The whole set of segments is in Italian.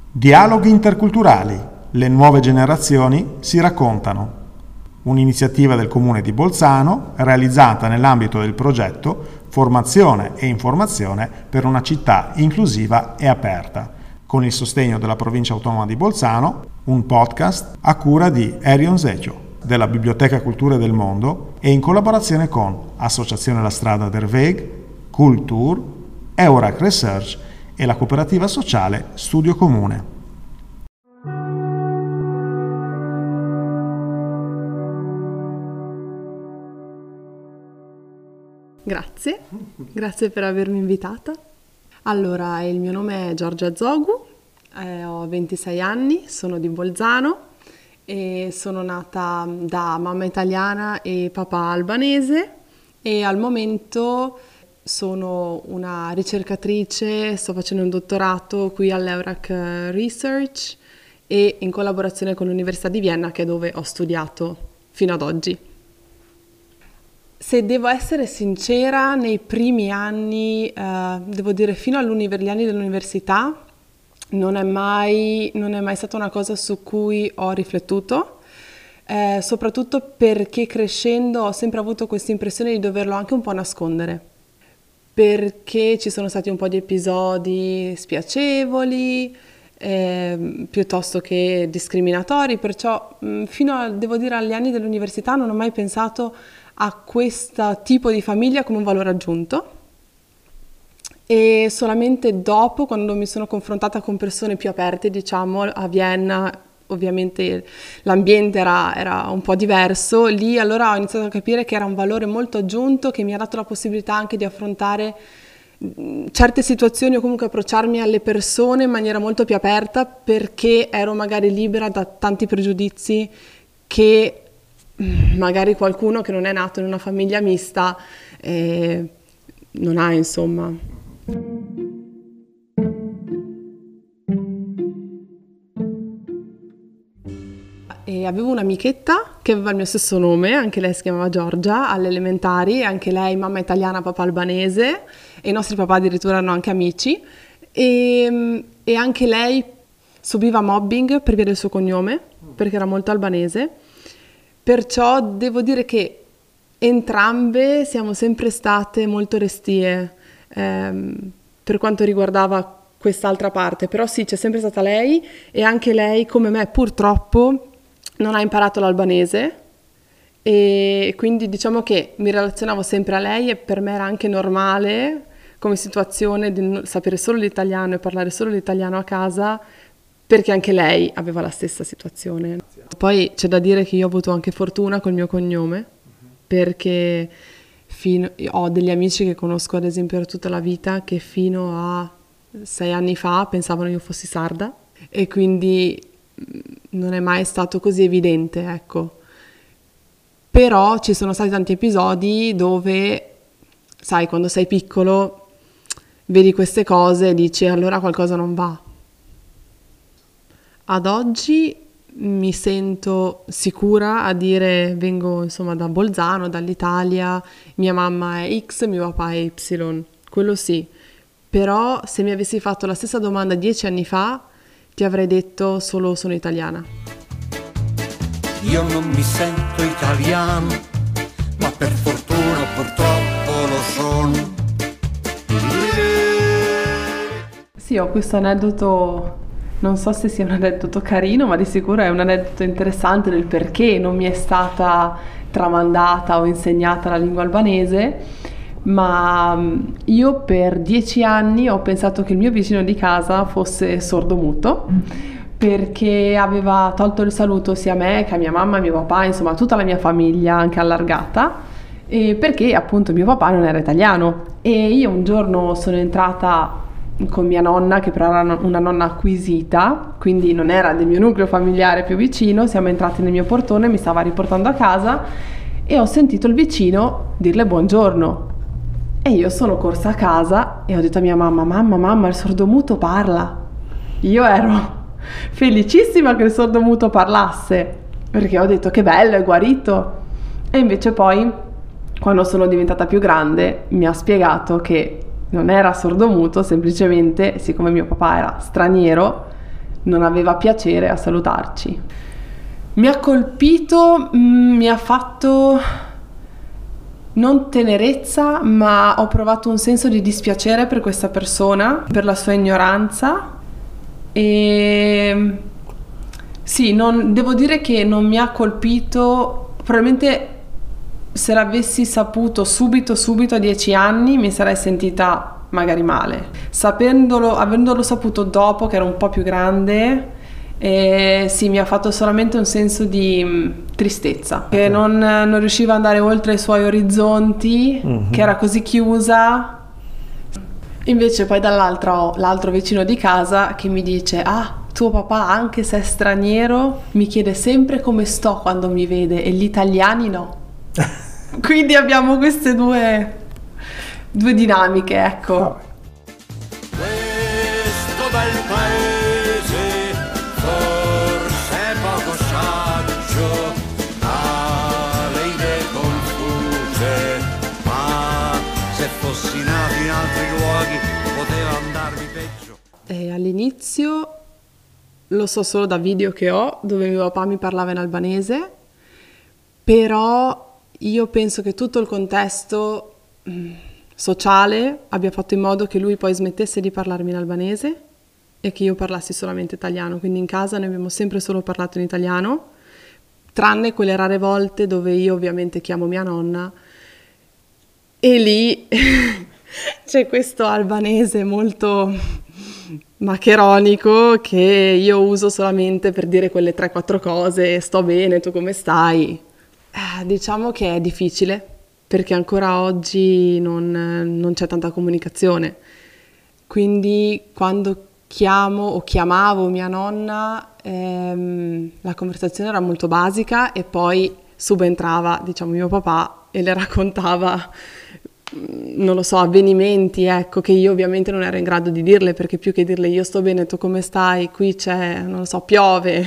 Dialoghi interculturali. Le nuove generazioni si raccontano. Un'iniziativa del Comune di Bolzano realizzata nell'ambito del progetto Formazione e Informazione per una città inclusiva e aperta, con il sostegno della Provincia Autonoma di Bolzano, un podcast a cura di Erion Zecchio, della Biblioteca Culture del Mondo e in collaborazione con Associazione La Strada der Weg, Kultur, Eurac Research e la cooperativa sociale Studio Comune. Grazie per avermi invitata. Allora, il mio nome è Giorgia Zogu, ho 26 anni, sono di Bolzano e sono nata da mamma italiana e papà albanese e al momento sono una ricercatrice, sto facendo un dottorato qui all'Eurac Research e in collaborazione con l'Università di Vienna, che è dove ho studiato fino ad oggi. Se devo essere sincera, nei primi anni, devo dire fino agli anni dell'università, non è mai stata una cosa su cui ho riflettuto, soprattutto perché crescendo ho sempre avuto questa impressione di doverlo anche un po' nascondere, perché ci sono stati un po' di episodi spiacevoli, piuttosto che discriminatori, perciò devo dire, agli anni dell'università non ho mai pensato a questo tipo di famiglia come un valore aggiunto e solamente dopo, quando mi sono confrontata con persone più aperte, diciamo, a Vienna, ovviamente l'ambiente era un po' diverso, lì allora ho iniziato a capire che era un valore molto aggiunto che mi ha dato la possibilità anche di affrontare certe situazioni o comunque approcciarmi alle persone in maniera molto più aperta, perché ero magari libera da tanti pregiudizi che magari qualcuno che non è nato in una famiglia mista non ha, insomma. E avevo un'amichetta che aveva il mio stesso nome, anche lei si chiamava Giorgia, alle elementari, anche lei mamma italiana, papà albanese, e i nostri papà addirittura erano anche amici, e anche lei subiva mobbing per via del suo cognome, perché era molto albanese. Perciò devo dire che entrambe siamo sempre state molto restie per quanto riguardava quest'altra parte, però sì, c'è sempre stata lei e anche lei, come me purtroppo, non ha imparato l'albanese e quindi diciamo che mi relazionavo sempre a lei e per me era anche normale come situazione di sapere solo l'italiano e parlare solo l'italiano a casa, perché anche lei aveva la stessa situazione. Poi c'è da dire che io ho avuto anche fortuna col mio cognome, perché ho degli amici che conosco ad esempio per tutta la vita che fino a 6 anni fa pensavano io fossi sarda e quindi non è mai stato così evidente, ecco. Però ci sono stati tanti episodi dove, sai, quando sei piccolo vedi queste cose e dici allora qualcosa non va. Ad oggi mi sento sicura a dire vengo insomma da Bolzano, dall'Italia, mia mamma è X, mio papà è Y, quello sì. Però se mi avessi fatto la stessa domanda 10 anni fa ti avrei detto solo sono italiana. Io non mi sento italiano, ma per fortuna purtroppo lo sono. Sì, ho questo aneddoto, non so se sia un aneddoto carino, ma di sicuro è un aneddoto interessante del perché non mi è stata tramandata o insegnata la lingua albanese, ma io per 10 anni ho pensato che il mio vicino di casa fosse sordomuto, perché aveva tolto il saluto sia a me che a mia mamma, a mio papà, insomma a tutta la mia famiglia anche allargata, e perché appunto mio papà non era italiano. E io un giorno sono entrata con mia nonna, che però era una nonna acquisita, quindi non era del mio nucleo familiare più vicino, siamo entrati nel mio portone, mi stava riportando a casa e ho sentito il vicino dirle buongiorno. E io sono corsa a casa e ho detto a mia mamma, il sordomuto parla. Io ero felicissima che il sordomuto parlasse, perché ho detto che bello, è guarito. E invece poi, quando sono diventata più grande, mi ha spiegato che non era sordomuto, semplicemente, siccome mio papà era straniero, non aveva piacere a salutarci. Mi ha colpito, mi ha fatto non tenerezza, ma ho provato un senso di dispiacere per questa persona, per la sua ignoranza. E sì, devo dire che non mi ha colpito, probabilmente se l'avessi saputo subito a 10 anni mi sarei sentita magari male. Avendolo saputo dopo, che ero un po' più grande, sì, mi ha fatto solamente un senso di tristezza, che non riusciva ad andare oltre i suoi orizzonti, che era così chiusa. Invece poi dall'altra ho l'altro vicino di casa che mi dice: ah, tuo papà, anche se è straniero, mi chiede sempre come sto quando mi vede, e gli italiani no. Quindi abbiamo queste due dinamiche, ecco. Questo bel paese forse è poco saggio, ha le idee confuse, ma se fossi nato in altri luoghi poteva andarmi peggio. All'inizio lo so solo da video che ho, dove mio papà mi parlava in albanese, però io penso che tutto il contesto sociale abbia fatto in modo che lui poi smettesse di parlarmi in albanese e che io parlassi solamente italiano. Quindi in casa noi abbiamo sempre solo parlato in italiano, tranne quelle rare volte dove io ovviamente chiamo mia nonna e lì c'è questo albanese molto maccheronico che io uso solamente per dire quelle 3-4 cose: sto bene, tu come stai? Diciamo che è difficile, perché ancora oggi non c'è tanta comunicazione. Quindi quando chiamavo mia nonna, la conversazione era molto basica e poi subentrava, diciamo, mio papà e le raccontava, non lo so, avvenimenti, ecco, che io ovviamente non ero in grado di dirle, perché più che dirle io sto bene, tu come stai, qui c'è, non lo so, piove,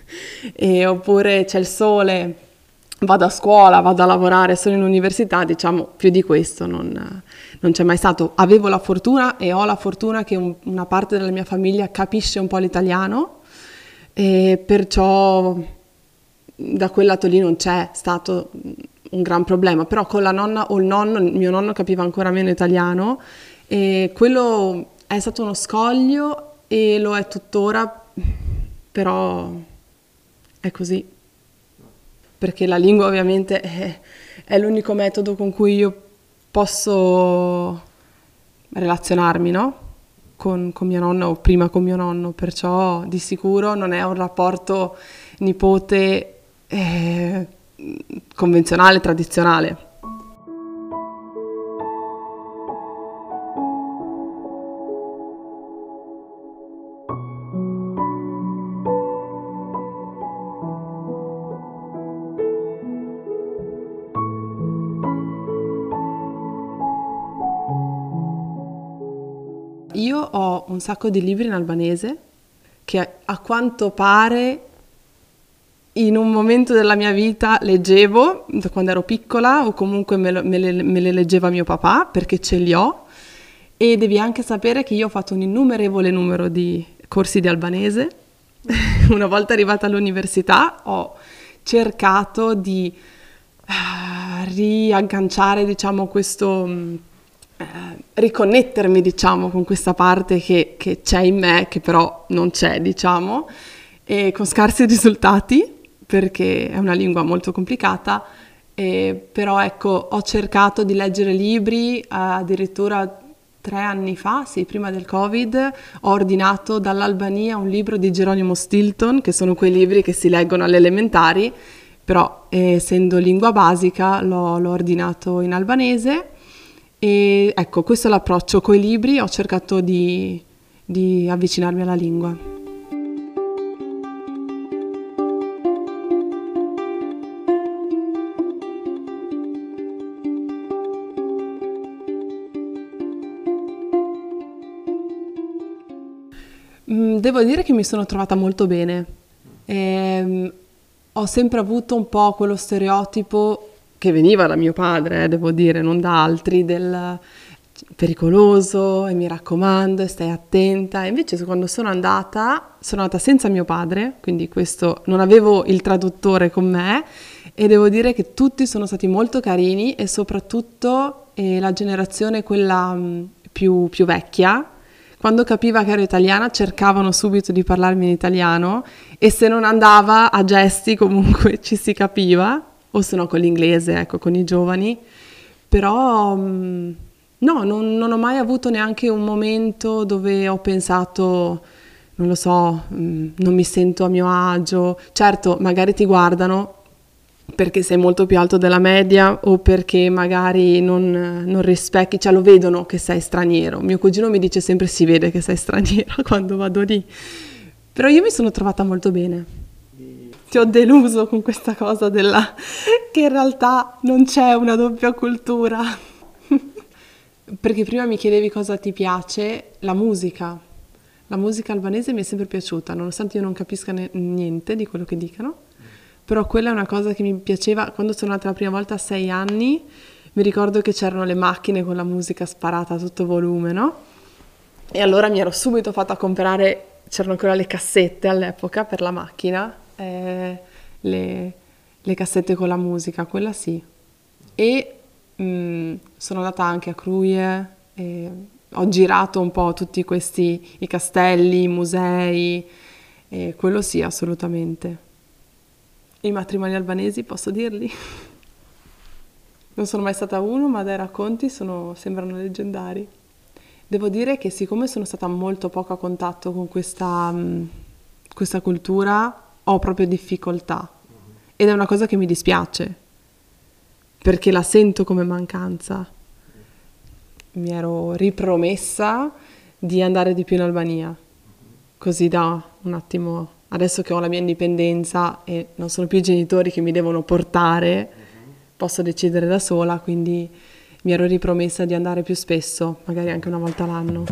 oppure c'è il sole, vado a scuola, vado a lavorare, sono in università, diciamo, più di questo non c'è mai stato. Avevo la fortuna e ho la fortuna che una parte della mia famiglia capisce un po' l'italiano, e perciò da quel lato lì non c'è stato un gran problema. Però con la nonna o il nonno, mio nonno capiva ancora meno italiano, e quello è stato uno scoglio e lo è tuttora, però è così. Perché la lingua ovviamente è l'unico metodo con cui io posso relazionarmi, no? Con mia nonna, o prima con mio nonno, perciò di sicuro non è un rapporto nipote convenzionale, tradizionale. Io ho un sacco di libri in albanese che a quanto pare in un momento della mia vita leggevo da quando ero piccola, o comunque me le leggeva mio papà, perché ce li ho. E devi anche sapere che io ho fatto un innumerevole numero di corsi di albanese. Una volta arrivata all'università ho cercato di riagganciare, diciamo, questo riconnettermi, diciamo, con questa parte che c'è in me, che però non c'è, diciamo, e con scarsi risultati, perché è una lingua molto complicata. Però ecco, ho cercato di leggere libri, addirittura 3 anni fa, sì, prima del Covid, ho ordinato dall'Albania un libro di Geronimo Stilton, che sono quei libri che si leggono alle elementari, però essendo lingua basica l'ho ordinato in albanese. E ecco, questo è l'approccio coi libri, ho cercato di avvicinarmi alla lingua. Devo dire che mi sono trovata molto bene. Ho sempre avuto un po' quello stereotipo che veniva da mio padre, devo dire, non da altri, pericoloso e mi raccomando e stai attenta. E invece quando sono andata senza mio padre, quindi questo non avevo il traduttore con me, e devo dire che tutti sono stati molto carini e soprattutto la generazione quella più vecchia, quando capiva che ero italiana cercavano subito di parlarmi in italiano, e se non andava a gesti comunque ci si capiva, o se no con l'inglese, ecco, con i giovani. Però no, non ho mai avuto neanche un momento dove ho pensato, non lo so, non mi sento a mio agio. Certo, magari ti guardano perché sei molto più alto della media o perché magari non rispecchi, cioè lo vedono che sei straniero. Mio cugino mi dice sempre si vede che sei straniero quando vado lì. Però io mi sono trovata molto bene. Ti ho deluso con questa cosa che in realtà non c'è una doppia cultura. Perché prima mi chiedevi cosa ti piace, la musica. La musica albanese mi è sempre piaciuta, nonostante io non capisca niente di quello che dicano. Però quella è una cosa che mi piaceva. Quando sono andata la prima volta a 6 anni, mi ricordo che c'erano le macchine con la musica sparata a tutto volume, no? E allora mi ero subito fatta comprare, c'erano ancora le cassette all'epoca per la macchina, le cassette con la musica, quella sì. E sono andata anche a Kruje, ho girato un po' tutti questi, i castelli, i musei, quello sì, assolutamente. I matrimoni albanesi, posso dirli? Non sono mai stata a uno, ma dai racconti sembrano leggendari. Devo dire che siccome sono stata molto poco a contatto con questa cultura, ho proprio difficoltà. Ed è una cosa che mi dispiace, perché la sento come mancanza. Mi ero ripromessa di andare di più in Albania, così da un attimo... Adesso che ho la mia indipendenza e non sono più i genitori che mi devono portare, posso decidere da sola, quindi mi ero ripromessa di andare più spesso, magari anche una volta l'anno.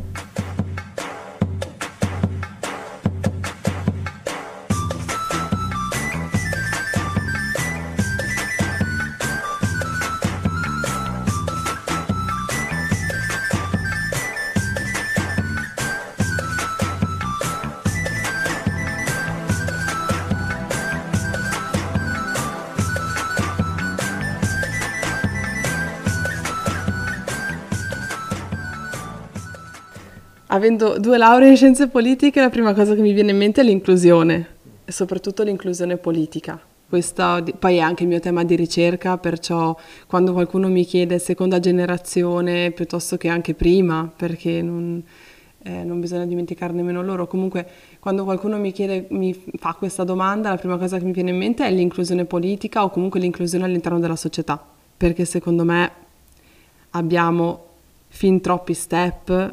Avendo 2 lauree in scienze politiche, la prima cosa che mi viene in mente è l'inclusione, e soprattutto l'inclusione politica. Questo poi è anche il mio tema di ricerca, perciò quando qualcuno mi chiede seconda generazione piuttosto che anche prima, perché non bisogna dimenticare nemmeno loro, comunque quando qualcuno mi fa questa domanda, la prima cosa che mi viene in mente è l'inclusione politica o comunque l'inclusione all'interno della società, perché secondo me abbiamo fin troppi step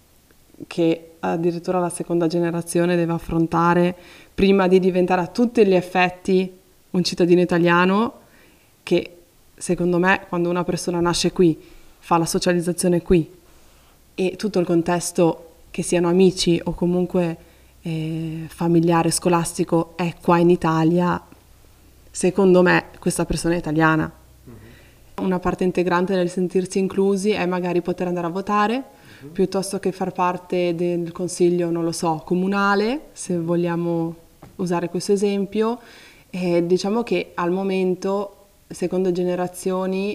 che addirittura la seconda generazione deve affrontare prima di diventare a tutti gli effetti un cittadino italiano, che secondo me quando una persona nasce qui, fa la socializzazione qui e tutto il contesto, che siano amici o comunque familiare, scolastico, è qua in Italia, secondo me questa persona è italiana. Una parte integrante del sentirsi inclusi è magari poter andare a votare, piuttosto che far parte del consiglio, non lo so, comunale, se vogliamo usare questo esempio. Diciamo che al momento, secondo generazioni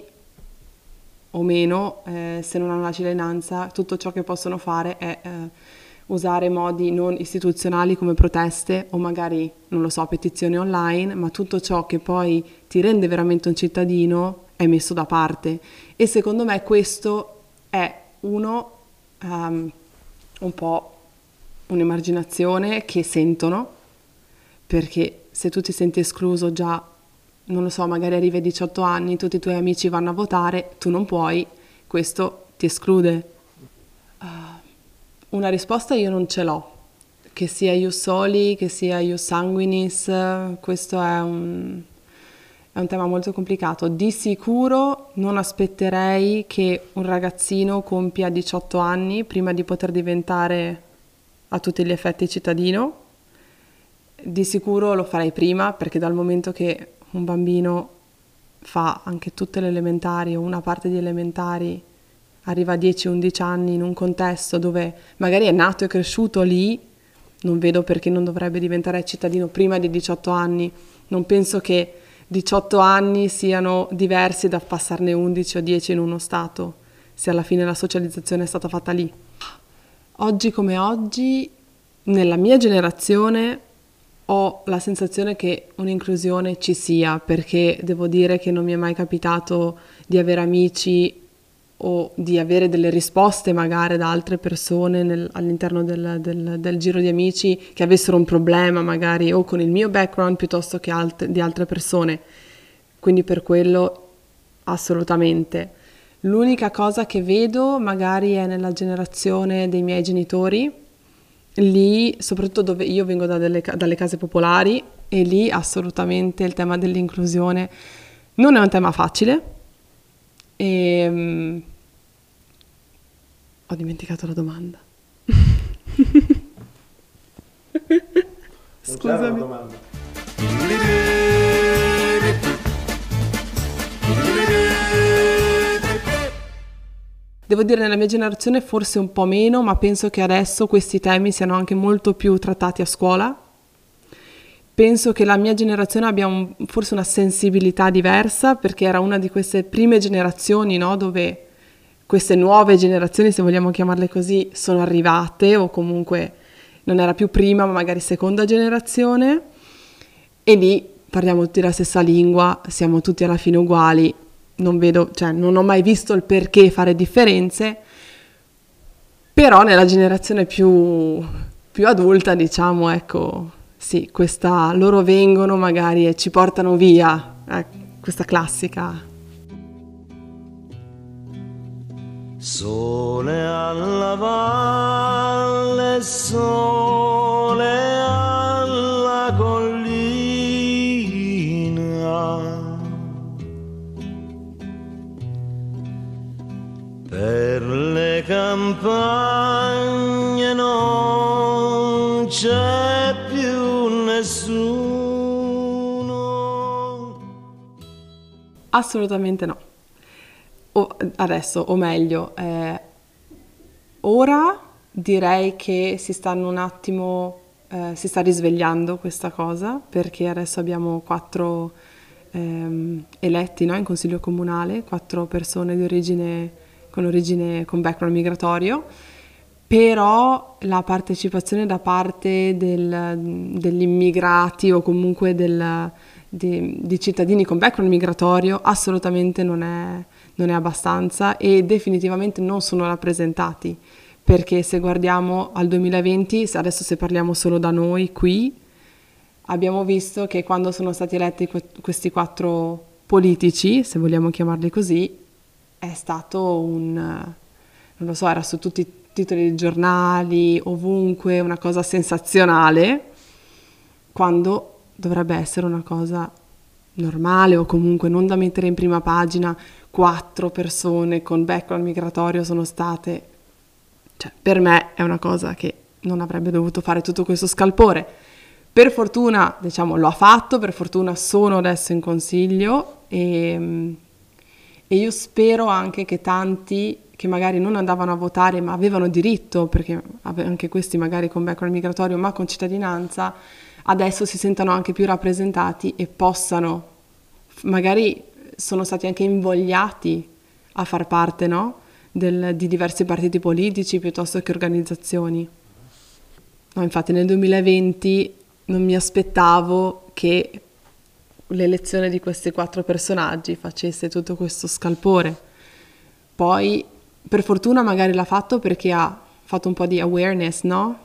o meno, se non hanno la cittadinanza, tutto ciò che possono fare è usare modi non istituzionali come proteste o magari, non lo so, petizioni online, ma tutto ciò che poi ti rende veramente un cittadino è messo da parte. E secondo me questo è un po' un'emarginazione che sentono, perché se tu ti senti escluso già, non lo so, magari arrivi ai 18 anni, tutti i tuoi amici vanno a votare, tu non puoi, questo ti esclude. Una risposta io non ce l'ho, che sia ius soli, che sia ius sanguinis, questo è un tema molto complicato. Di sicuro non aspetterei che un ragazzino compia 18 anni prima di poter diventare a tutti gli effetti cittadino. Di sicuro lo farei prima, perché dal momento che un bambino fa anche tutte le elementari o una parte di elementari arriva a 10-11 anni in un contesto dove magari è nato e cresciuto lì, non vedo perché non dovrebbe diventare cittadino prima di 18 anni. Non penso che 18 anni siano diversi da passarne 11 o 10 in uno stato, se alla fine la socializzazione è stata fatta lì. Oggi come oggi, nella mia generazione, ho la sensazione che un'inclusione ci sia, perché devo dire che non mi è mai capitato di avere amici o di avere delle risposte magari da altre persone all'interno del giro di amici che avessero un problema magari o con il mio background piuttosto che di altre persone. Quindi per quello assolutamente. L'unica cosa che vedo magari è nella generazione dei miei genitori, lì soprattutto dove io vengo dalle case popolari, e lì assolutamente il tema dell'inclusione non è un tema facile. E ho dimenticato la domanda. Scusami. Devo dire nella mia generazione forse un po' meno, ma penso che adesso questi temi siano anche molto più trattati a scuola. Penso che la mia generazione abbia forse una sensibilità diversa, perché era una di queste prime generazioni, no, dove queste nuove generazioni, se vogliamo chiamarle così, sono arrivate, o comunque non era più prima, ma magari seconda generazione, e lì parliamo tutti la stessa lingua, siamo tutti alla fine uguali, non ho mai visto il perché fare differenze, però nella generazione più adulta, diciamo, ecco, sì, loro vengono magari e ci portano via, questa classica. Sole alla valle, sole alla collina, per le campagne non c'è più nessuno. Assolutamente no. Adesso, o meglio, ora direi che si sta risvegliando questa cosa, perché adesso abbiamo 4 eletti, no, in consiglio comunale, 4 persone con background migratorio, però la partecipazione da parte degli immigrati o comunque di cittadini con background migratorio assolutamente non è abbastanza, e definitivamente non sono rappresentati, perché se guardiamo al 2020, adesso se parliamo solo da noi qui, abbiamo visto che quando sono stati eletti questi 4 politici, se vogliamo chiamarli così, è stato non lo so, era su tutti i titoli dei giornali, ovunque, una cosa sensazionale, quando dovrebbe essere una cosa normale, o comunque non da mettere in prima pagina. 4 persone con background migratorio sono state, cioè per me è una cosa che non avrebbe dovuto fare tutto questo scalpore. Per fortuna, diciamo, lo ha fatto, per fortuna sono adesso in consiglio, e io spero anche che tanti che magari non andavano a votare ma avevano diritto, perché anche questi magari con background migratorio ma con cittadinanza, adesso si sentano anche più rappresentati e possano, magari sono stati anche invogliati a far parte, no? Di diversi partiti politici piuttosto che organizzazioni. No, infatti nel 2020 non mi aspettavo che l'elezione di questi 4 personaggi facesse tutto questo scalpore. Poi per fortuna magari l'ha fatto perché ha fatto un po' di awareness, no?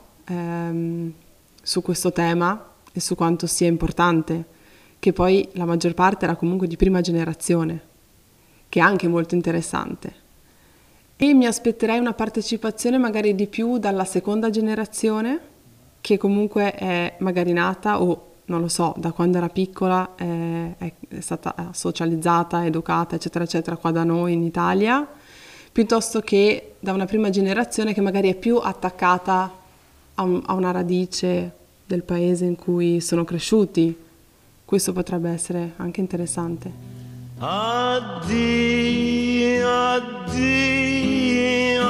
Su questo tema e su quanto sia importante, che poi la maggior parte era comunque di prima generazione, che è anche molto interessante. E mi aspetterei una partecipazione magari di più dalla seconda generazione, che comunque è magari nata o, non lo so, da quando era piccola è stata socializzata, educata, eccetera, eccetera, qua da noi in Italia, piuttosto che da una prima generazione che magari è più attaccata a una radice del paese in cui sono cresciuti. Questo potrebbe essere anche interessante. Addio, addio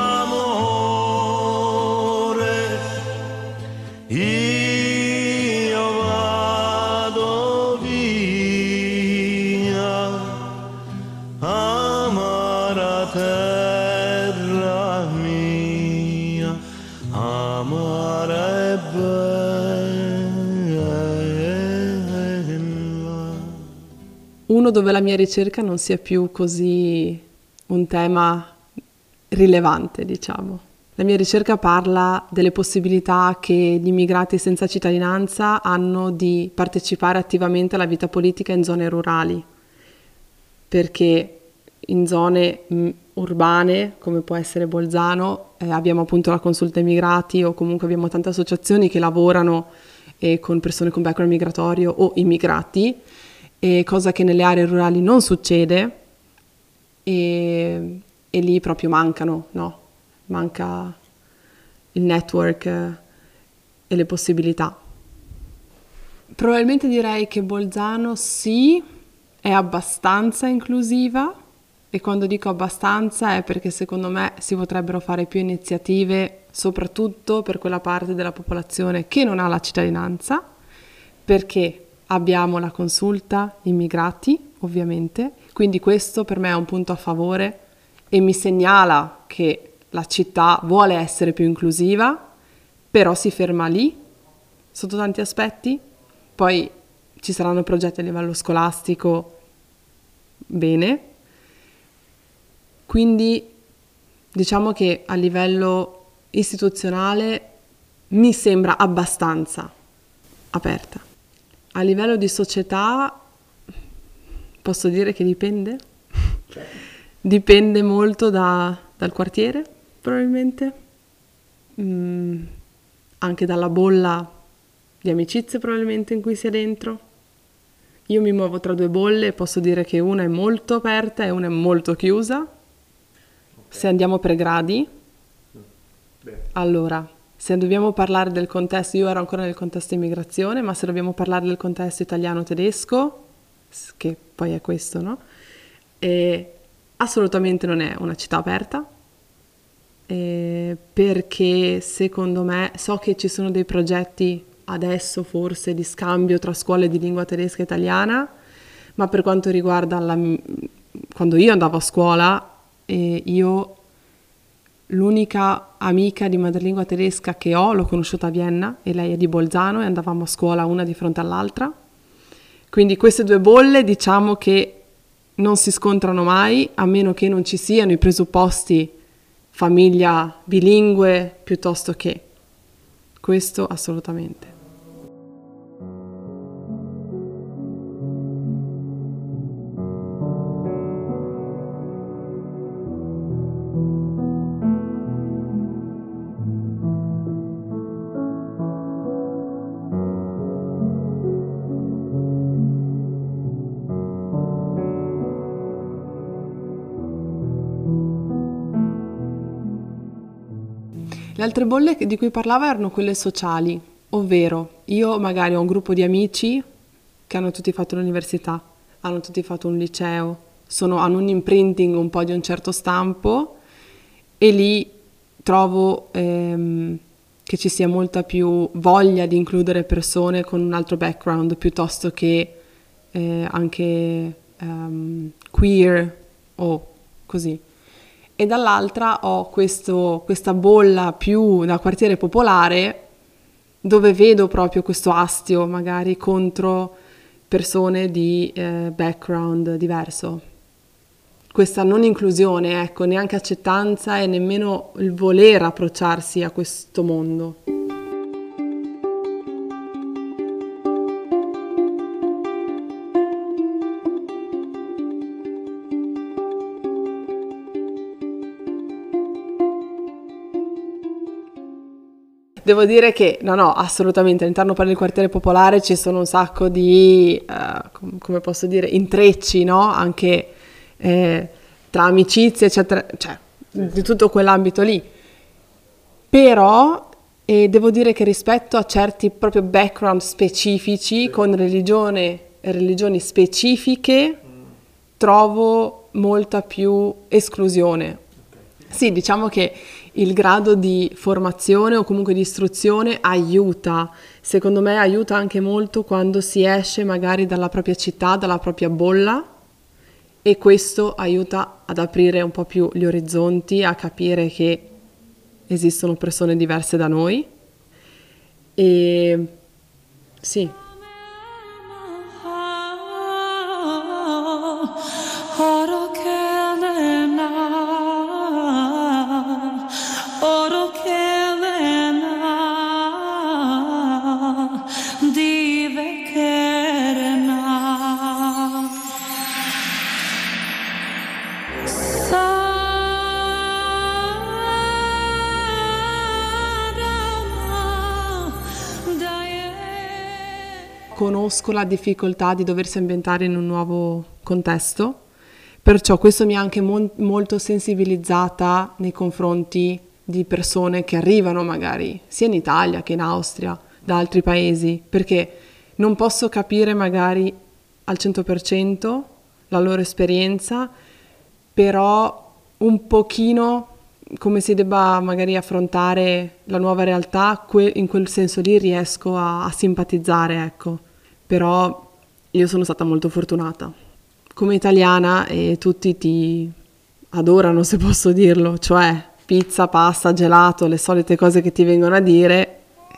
amore, io vado via, amara terra mia, amara e bella. Uno dove la mia ricerca non sia più così un tema rilevante, diciamo. La mia ricerca parla delle possibilità che gli immigrati senza cittadinanza hanno di partecipare attivamente alla vita politica in zone rurali, perché in zone urbane, come può essere Bolzano, abbiamo appunto la consulta immigrati o comunque abbiamo tante associazioni che lavorano con persone con background migratorio o immigrati, cosa che nelle aree rurali non succede e lì proprio mancano, no? Manca il network e le possibilità. Probabilmente direi che Bolzano sì, è abbastanza inclusiva, e quando dico abbastanza è perché secondo me si potrebbero fare più iniziative, soprattutto per quella parte della popolazione che non ha la cittadinanza, perché abbiamo la consulta immigrati, ovviamente, quindi questo per me è un punto a favore e mi segnala che la città vuole essere più inclusiva, però si ferma lì, sotto tanti aspetti. Poi ci saranno progetti a livello scolastico, bene. Quindi diciamo che a livello istituzionale mi sembra abbastanza aperta. A livello di società posso dire che dipende? Dipende molto dal quartiere, probabilmente, anche dalla bolla di amicizie probabilmente in cui si è dentro. Io mi muovo tra due bolle e posso dire che una è molto aperta e una è molto chiusa. Se andiamo per gradi, allora, se dobbiamo parlare del contesto, io ero ancora nel contesto immigrazione, ma se dobbiamo parlare del contesto italiano-tedesco, che poi è questo, no? Assolutamente non è una città aperta, perché secondo me, so che ci sono dei progetti adesso forse di scambio tra scuole di lingua tedesca e italiana, ma per quanto riguarda quando io andavo a scuola, io l'unica amica di madrelingua tedesca che ho l'ho conosciuta a Vienna e lei è di Bolzano e andavamo a scuola una di fronte all'altra. Quindi queste due bolle diciamo che non si scontrano mai, a meno che non ci siano i presupposti famiglia bilingue piuttosto che. Questo assolutamente. Le altre bolle di cui parlava erano quelle sociali, ovvero io magari ho un gruppo di amici che hanno tutti fatto l'università, hanno tutti fatto un liceo, hanno un imprinting un po' di un certo stampo e lì trovo che ci sia molta più voglia di includere persone con un altro background piuttosto che anche queer o così. E dall'altra ho questa bolla più da quartiere popolare dove vedo proprio questo astio magari contro persone di background diverso. Questa non inclusione, ecco, neanche accettanza e nemmeno il voler approcciarsi a questo mondo. Devo dire che, no, assolutamente, all'interno del quartiere popolare ci sono un sacco di, come posso dire, intrecci, no? Anche tra amicizie, eccetera, cioè di tutto quell'ambito lì. Però devo dire che rispetto a certi proprio background specifici, con religioni specifiche, trovo molta più esclusione. Sì, diciamo che il grado di formazione o comunque di istruzione aiuta, secondo me aiuta anche molto quando si esce magari dalla propria città, dalla propria bolla, e questo aiuta ad aprire un po' più gli orizzonti, a capire che esistono persone diverse da noi. E sì. Conosco la difficoltà di doversi ambientare in un nuovo contesto, perciò questo mi ha anche molto sensibilizzata nei confronti di persone che arrivano magari sia in Italia che in Austria, da altri paesi, perché non posso capire magari al 100% la loro esperienza, però un pochino come si debba magari affrontare la nuova realtà, in quel senso lì riesco a simpatizzare, ecco. Però io sono stata molto fortunata. Come italiana e tutti ti adorano, se posso dirlo, cioè pizza, pasta, gelato, le solite cose che ti vengono a dire.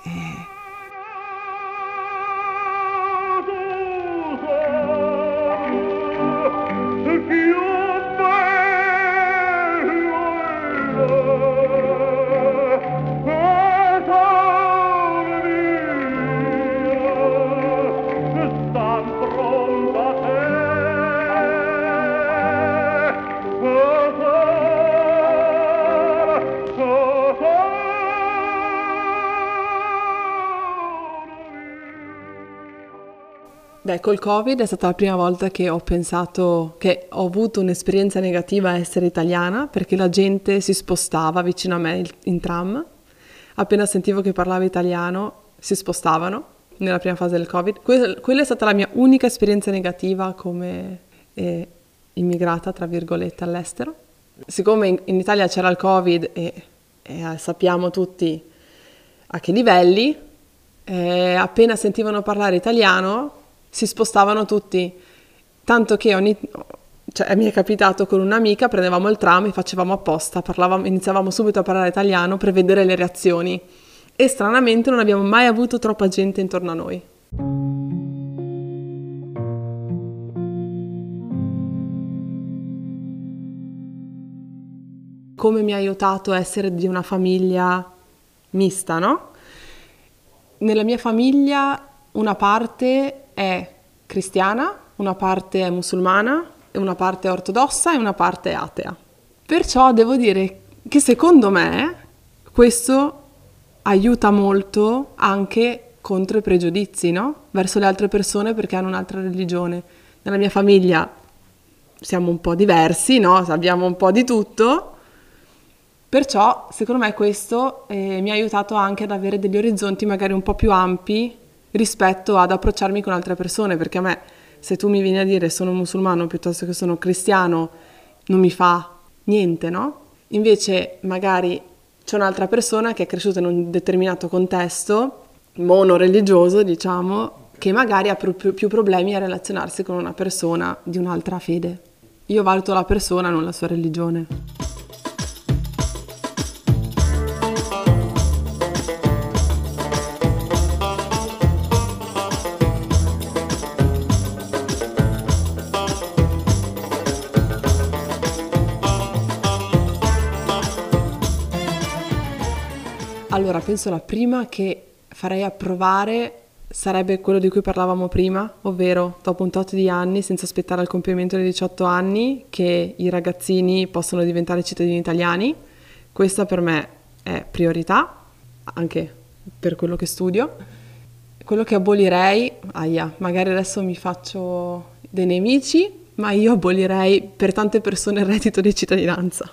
Beh, col Covid è stata la prima volta che ho pensato che ho avuto un'esperienza negativa a essere italiana, perché la gente si spostava vicino a me in tram. Appena sentivo che parlavo italiano, si spostavano nella prima fase del Covid. Quella è stata la mia unica esperienza negativa come immigrata, tra virgolette, all'estero. Siccome in Italia c'era il Covid e sappiamo tutti a che livelli, appena sentivano parlare italiano si spostavano tutti, tanto che mi è capitato con un'amica, prendevamo il tram e facevamo apposta, iniziavamo subito a parlare italiano per vedere le reazioni, e stranamente non abbiamo mai avuto troppa gente intorno a noi. Come mi ha aiutato a essere di una famiglia mista, no? Nella mia famiglia una parte è cristiana, una parte è musulmana, una parte è ortodossa e una parte è atea. Perciò devo dire che secondo me questo aiuta molto anche contro i pregiudizi, no? Verso le altre persone perché hanno un'altra religione. Nella mia famiglia siamo un po' diversi, no? Abbiamo un po' di tutto. Perciò, secondo me, questo mi ha aiutato anche ad avere degli orizzonti magari un po' più ampi rispetto ad approcciarmi con altre persone, perché a me, se tu mi vieni a dire sono musulmano piuttosto che sono cristiano, non mi fa niente, no? Invece, magari c'è un'altra persona che è cresciuta in un determinato contesto, monoreligioso, diciamo, che magari ha più problemi a relazionarsi con una persona di un'altra fede. Io valuto la persona, non la sua religione. Allora, penso la prima che farei approvare sarebbe quello di cui parlavamo prima, ovvero dopo un tot di anni, senza aspettare il compimento dei 18 anni, che i ragazzini possano diventare cittadini italiani. Questa per me è priorità, anche per quello che studio. Quello che abolirei, magari adesso mi faccio dei nemici, ma io abolirei per tante persone il reddito di cittadinanza.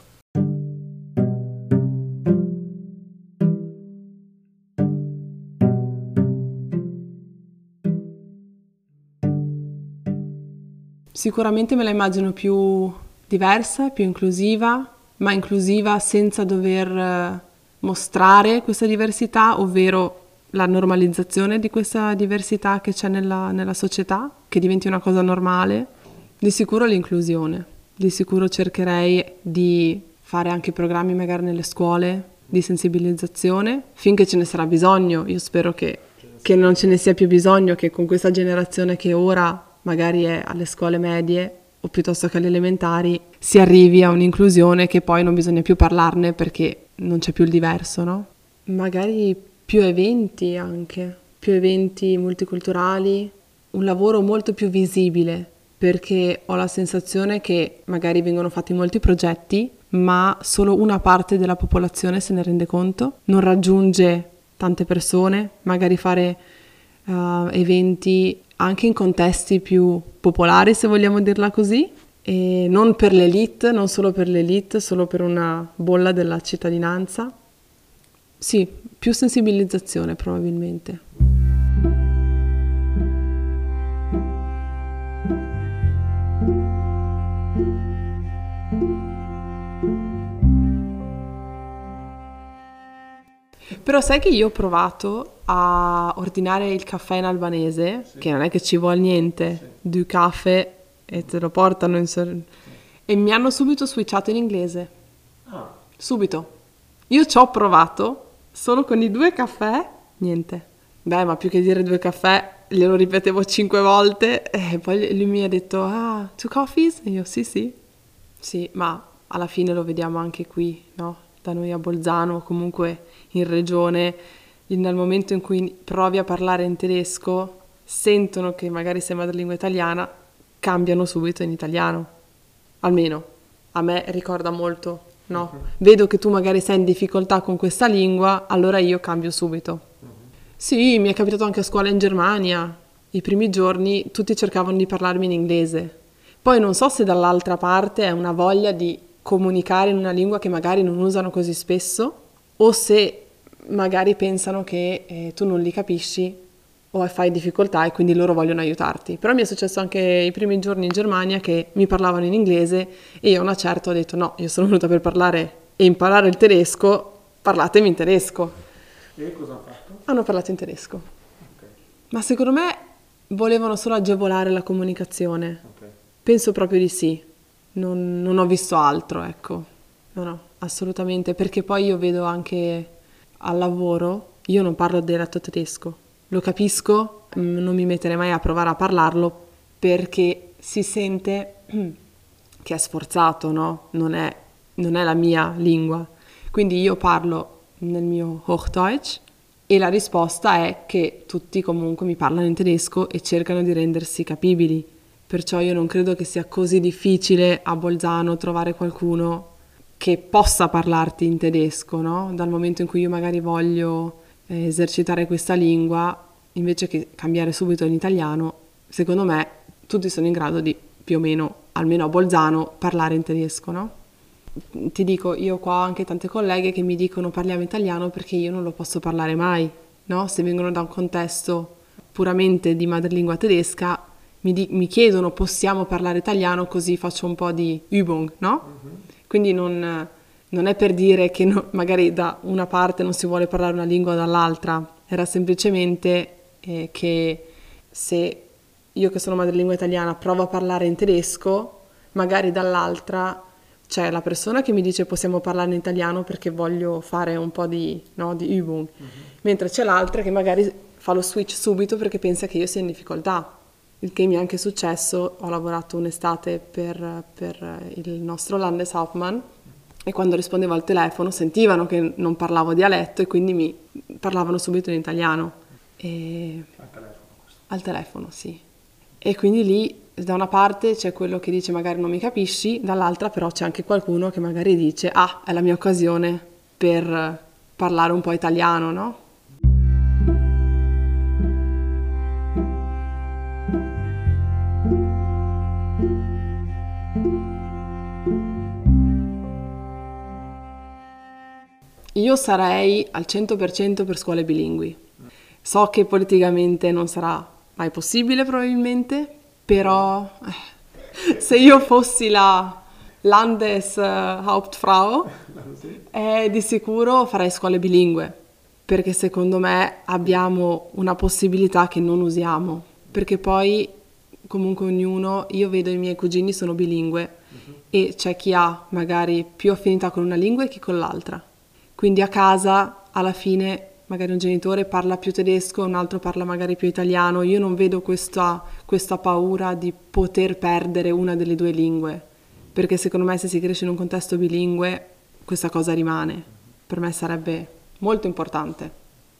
Sicuramente me la immagino più diversa, più inclusiva, ma inclusiva senza dover mostrare questa diversità, ovvero la normalizzazione di questa diversità che c'è nella società, che diventi una cosa normale. Di sicuro l'inclusione, di sicuro cercherei di fare anche programmi magari nelle scuole di sensibilizzazione, finché ce ne sarà bisogno. Io spero che non ce ne sia più bisogno, che con questa generazione che ora magari è alle scuole medie o piuttosto che alle elementari si arrivi a un'inclusione che poi non bisogna più parlarne perché non c'è più il diverso, no? Magari più eventi anche, più eventi multiculturali, un lavoro molto più visibile, perché ho la sensazione che magari vengono fatti molti progetti, ma solo una parte della popolazione se ne rende conto, non raggiunge tante persone, magari fare eventi anche in contesti più popolari, se vogliamo dirla così, e non per l'elite, non solo per l'elite, solo per una bolla della cittadinanza. Sì, più sensibilizzazione probabilmente. Però sai che io ho provato a ordinare il caffè in albanese, che non è che ci vuole niente, du caffè e te lo portano e mi hanno subito switchato in inglese. Subito. Io ci ho provato solo con i 2 caffè, niente. Beh, ma più che dire 2 caffè, glielo ripetevo 5 volte e poi lui mi ha detto, 2 coffees? E io sì. Sì, ma alla fine lo vediamo anche qui, no? Da noi a Bolzano, comunque in regione, nel momento in cui provi a parlare in tedesco, sentono che magari sei madrelingua italiana, cambiano subito in italiano. Almeno, a me ricorda molto, no? Vedo che tu magari sei in difficoltà con questa lingua, allora io cambio subito. Sì, mi è capitato anche a scuola in Germania. I primi giorni tutti cercavano di parlarmi in inglese. Poi non so se dall'altra parte è una voglia di comunicare in una lingua che magari non usano così spesso, o se magari pensano che tu non li capisci o fai difficoltà e quindi loro vogliono aiutarti. Però mi è successo anche i primi giorni in Germania che mi parlavano in inglese e io a una certa ho detto no, io sono venuta per parlare e imparare il tedesco, parlatemi in tedesco. E cosa hanno fatto? Hanno parlato in tedesco. Ok. Ma secondo me volevano solo agevolare la comunicazione. Ok. Penso proprio di sì. Non ho visto altro, ecco. No, assolutamente, perché poi io vedo anche al lavoro, io non parlo dialetto tedesco, lo capisco, non mi metterei mai a provare a parlarlo perché si sente che è sforzato, no? Non è la mia lingua. Quindi io parlo nel mio Hochdeutsch e la risposta è che tutti comunque mi parlano in tedesco e cercano di rendersi capibili. Perciò io non credo che sia così difficile a Bolzano trovare qualcuno che possa parlarti in tedesco, no? Dal momento in cui io magari voglio esercitare questa lingua, invece che cambiare subito in italiano, secondo me tutti sono in grado di più o meno, almeno a Bolzano, parlare in tedesco, no? Ti dico, io qua ho anche tante colleghe che mi dicono parliamo italiano perché io non lo posso parlare mai, no? Se vengono da un contesto puramente di madrelingua tedesca, mi chiedono possiamo parlare italiano così faccio un po' di Übung, no? Quindi non è per dire che magari da una parte non si vuole parlare una lingua o dall'altra, era semplicemente che se io che sono madrelingua italiana provo a parlare in tedesco, magari dall'altra c'è la persona che mi dice possiamo parlare in italiano perché voglio fare un po' di Übung, mentre c'è l'altra che magari fa lo switch subito perché pensa che io sia in difficoltà. Il che mi è anche successo, ho lavorato un'estate per il nostro Landeshauptmann e quando rispondevo al telefono sentivano che non parlavo dialetto e quindi mi parlavano subito in italiano. Al telefono questo. Al telefono, sì. E quindi lì da una parte c'è quello che dice magari non mi capisci, dall'altra però c'è anche qualcuno che magari dice è la mia occasione per parlare un po' italiano, no? Io sarei al 100% per scuole bilingui. So che politicamente non sarà mai possibile probabilmente, però Se io fossi la Landeshauptfrau, di sicuro farei scuole bilingue, perché secondo me abbiamo una possibilità che non usiamo, perché poi comunque ognuno, io vedo i miei cugini sono bilingue e c'è chi ha magari più affinità con una lingua e chi con l'altra. Quindi a casa alla fine magari un genitore parla più tedesco, un altro parla magari più italiano. Io non vedo questa paura di poter perdere una delle due lingue, perché secondo me se si cresce in un contesto bilingue questa cosa rimane. Per me sarebbe molto importante.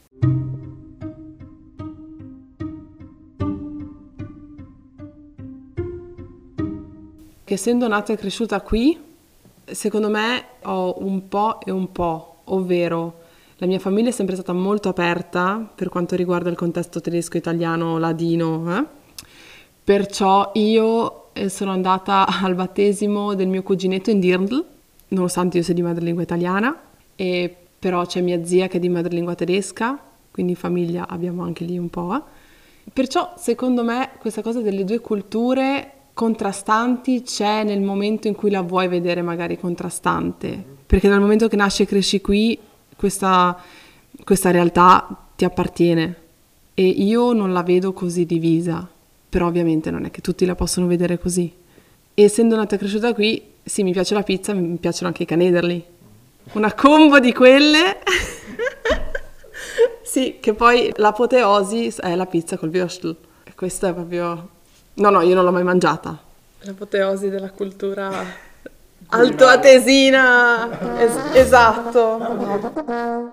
Che essendo nata e cresciuta qui, secondo me ho un po' e un po', ovvero la mia famiglia è sempre stata molto aperta per quanto riguarda il contesto tedesco, italiano, ladino, Perciò io sono andata al battesimo del mio cuginetto in Dirndl, nonostante io sia di madrelingua italiana, e però c'è mia zia che è di madrelingua tedesca, quindi in famiglia abbiamo anche lì un po'. Perciò secondo me questa cosa delle due culture contrastanti c'è nel momento in cui la vuoi vedere magari contrastante, perché dal momento che nasci e cresci qui questa realtà ti appartiene e io non la vedo così divisa, però ovviamente non è che tutti la possono vedere così. E essendo nata e cresciuta qui, sì, mi piace la pizza, mi piacciono anche i canederli. Una combo di quelle. Sì, che poi l'apoteosi è la pizza col würstel. E questo è proprio... No, io non l'ho mai mangiata. L'apoteosi della cultura altoatesina. Esatto.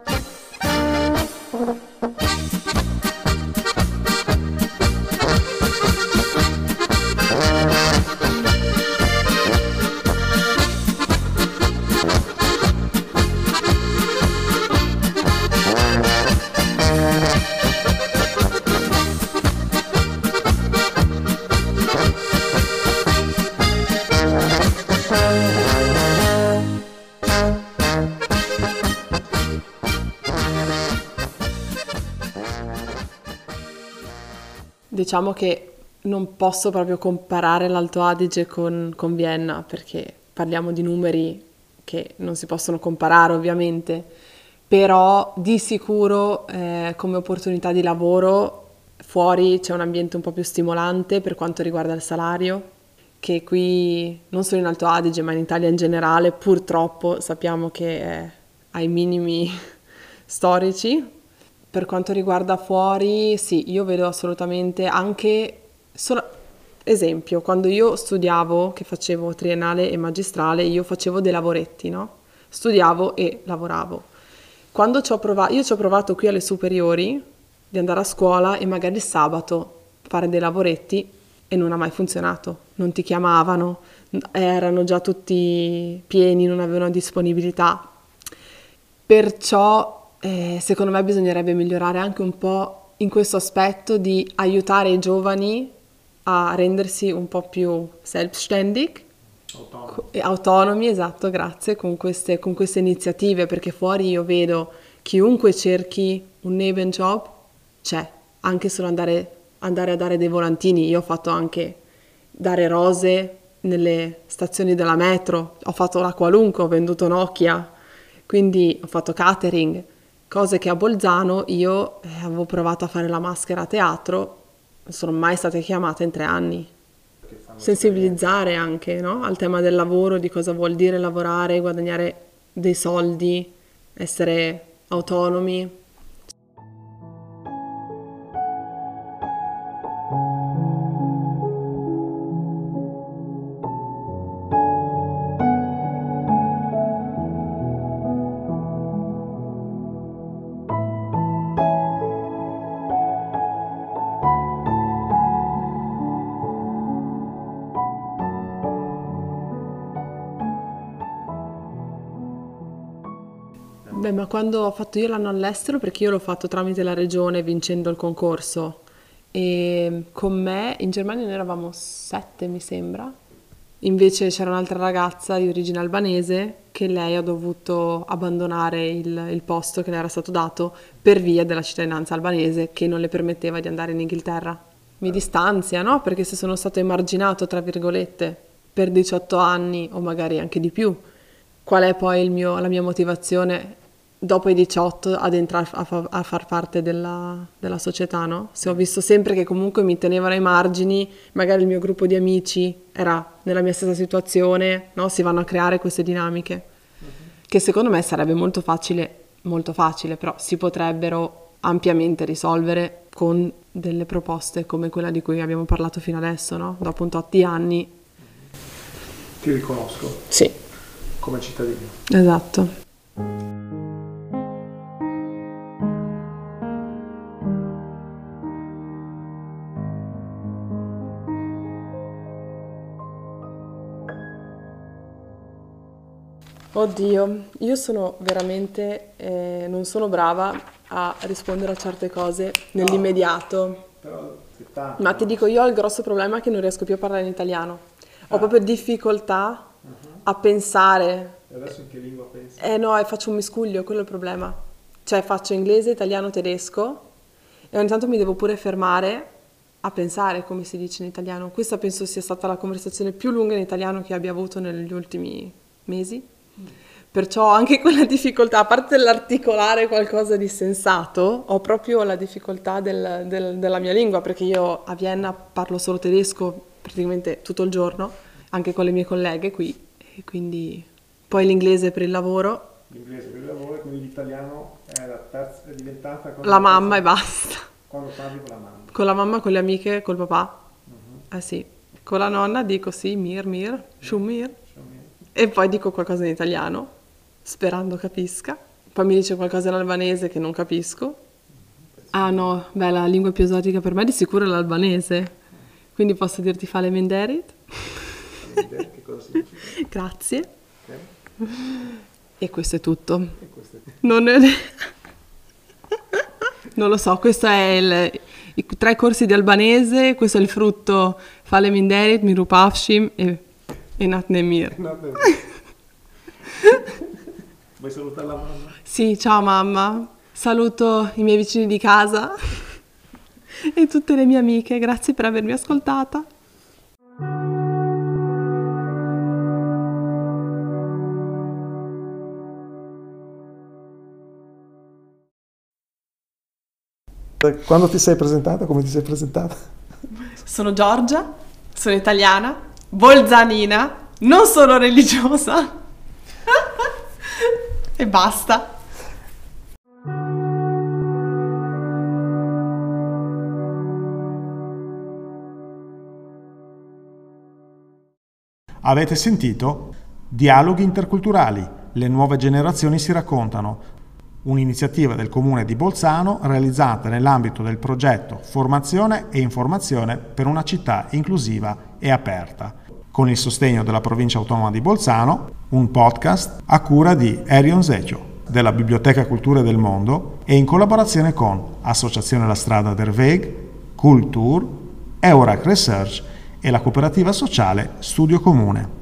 Diciamo che non posso proprio comparare l'Alto Adige con Vienna, perché parliamo di numeri che non si possono comparare ovviamente, però di sicuro come opportunità di lavoro fuori c'è un ambiente un po' più stimolante per quanto riguarda il salario, che qui non solo in Alto Adige ma in Italia in generale purtroppo sappiamo che è ai minimi storici. Per quanto riguarda fuori, sì, io vedo assolutamente anche, esempio, quando io studiavo, che facevo triennale e magistrale, io facevo dei lavoretti, no? Studiavo e lavoravo. Quando io ci ho provato qui alle superiori di andare a scuola e magari il sabato fare dei lavoretti e non ha mai funzionato, non ti chiamavano, erano già tutti pieni, non avevano disponibilità. Perciò secondo me bisognerebbe migliorare anche un po' in questo aspetto di aiutare i giovani a rendersi un po' più selbstständig, autonomi, esatto, grazie, con queste iniziative, perché fuori io vedo chiunque cerchi un nebenjob c'è, anche solo andare a dare dei volantini. Io ho fatto anche dare rose nelle stazioni della metro, ho fatto la qualunque, ho venduto Nokia, quindi ho fatto catering. Cose che a Bolzano io avevo provato a fare la maschera a teatro, non sono mai state chiamate in 3 anni. Sensibilizzare anche, no? Al tema del lavoro, di cosa vuol dire lavorare, guadagnare dei soldi, essere autonomi. Beh, ma quando ho fatto io l'anno all'estero, perché io l'ho fatto tramite la regione vincendo il concorso, e con me in Germania noi eravamo 7, mi sembra, invece c'era un'altra ragazza di origine albanese che lei ha dovuto abbandonare il posto che le era stato dato per via della cittadinanza albanese che non le permetteva di andare in Inghilterra. mi distanzia, no? Perché se sono stato emarginato, tra virgolette, per 18 anni o magari anche di più, qual è poi la mia motivazione dopo i 18 ad entrare a far parte della società, no? Se ho visto sempre che comunque mi tenevano ai margini, magari il mio gruppo di amici era nella mia stessa situazione, no? Si vanno a creare queste dinamiche, che secondo me sarebbe molto facile, però si potrebbero ampiamente risolvere con delle proposte come quella di cui abbiamo parlato fino adesso, no? Dopo un tot di anni. Ti riconosco. Sì. Come cittadino. Esatto. Oddio, io sono veramente, non sono brava a rispondere a certe cose nell'immediato. Però tanto, Ma ti dico, io ho il grosso problema che non riesco più a parlare in italiano. Ho proprio difficoltà a pensare. E adesso in che lingua pensi? No, faccio un miscuglio, quello è il problema. Cioè faccio inglese, italiano, tedesco e ogni tanto mi devo pure fermare a pensare come si dice in italiano. Questa penso sia stata la conversazione più lunga in italiano che abbia avuto negli ultimi mesi. Perciò anche quella difficoltà, a parte l'articolare qualcosa di sensato, ho proprio la difficoltà della mia lingua, perché io a Vienna parlo solo tedesco praticamente tutto il giorno, anche con le mie colleghe qui, e quindi poi l'inglese per il lavoro. L'inglese per il lavoro e quindi l'italiano è diventata La mamma e basta. Quando parli con la mamma? Con la mamma, con le amiche, col papà. Sì. Con la nonna dico sì, mir, shumir. E poi dico qualcosa in italiano, sperando capisca. Poi mi dice qualcosa in albanese che non capisco. Ah no, beh, la lingua più esotica per me di sicuro è l'albanese. Quindi posso dirti fale menderit. Che cosa significa? Grazie. Okay. E questo è tutto. Non lo so, questo è i 3 corsi di albanese, questo è il frutto fale menderit, mirupafshim e natnemir. Vuoi salutare la mamma? Sì, ciao mamma. Saluto i miei vicini di casa e tutte le mie amiche. Grazie per avermi ascoltata. Quando ti sei presentata? Come ti sei presentata? Sono Giorgia, sono italiana, bolzanina, non sono religiosa e basta. Avete sentito? Dialoghi interculturali, le nuove generazioni si raccontano. Un'iniziativa del Comune di Bolzano realizzata nell'ambito del progetto Formazione e Informazione per una città inclusiva e aperta, con il sostegno della Provincia Autonoma di Bolzano, un podcast a cura di Erion Zecchio, della Biblioteca Culture del Mondo e in collaborazione con Associazione La Strada der Weg, Kultur, Eurac Research e la cooperativa sociale Studio Comune.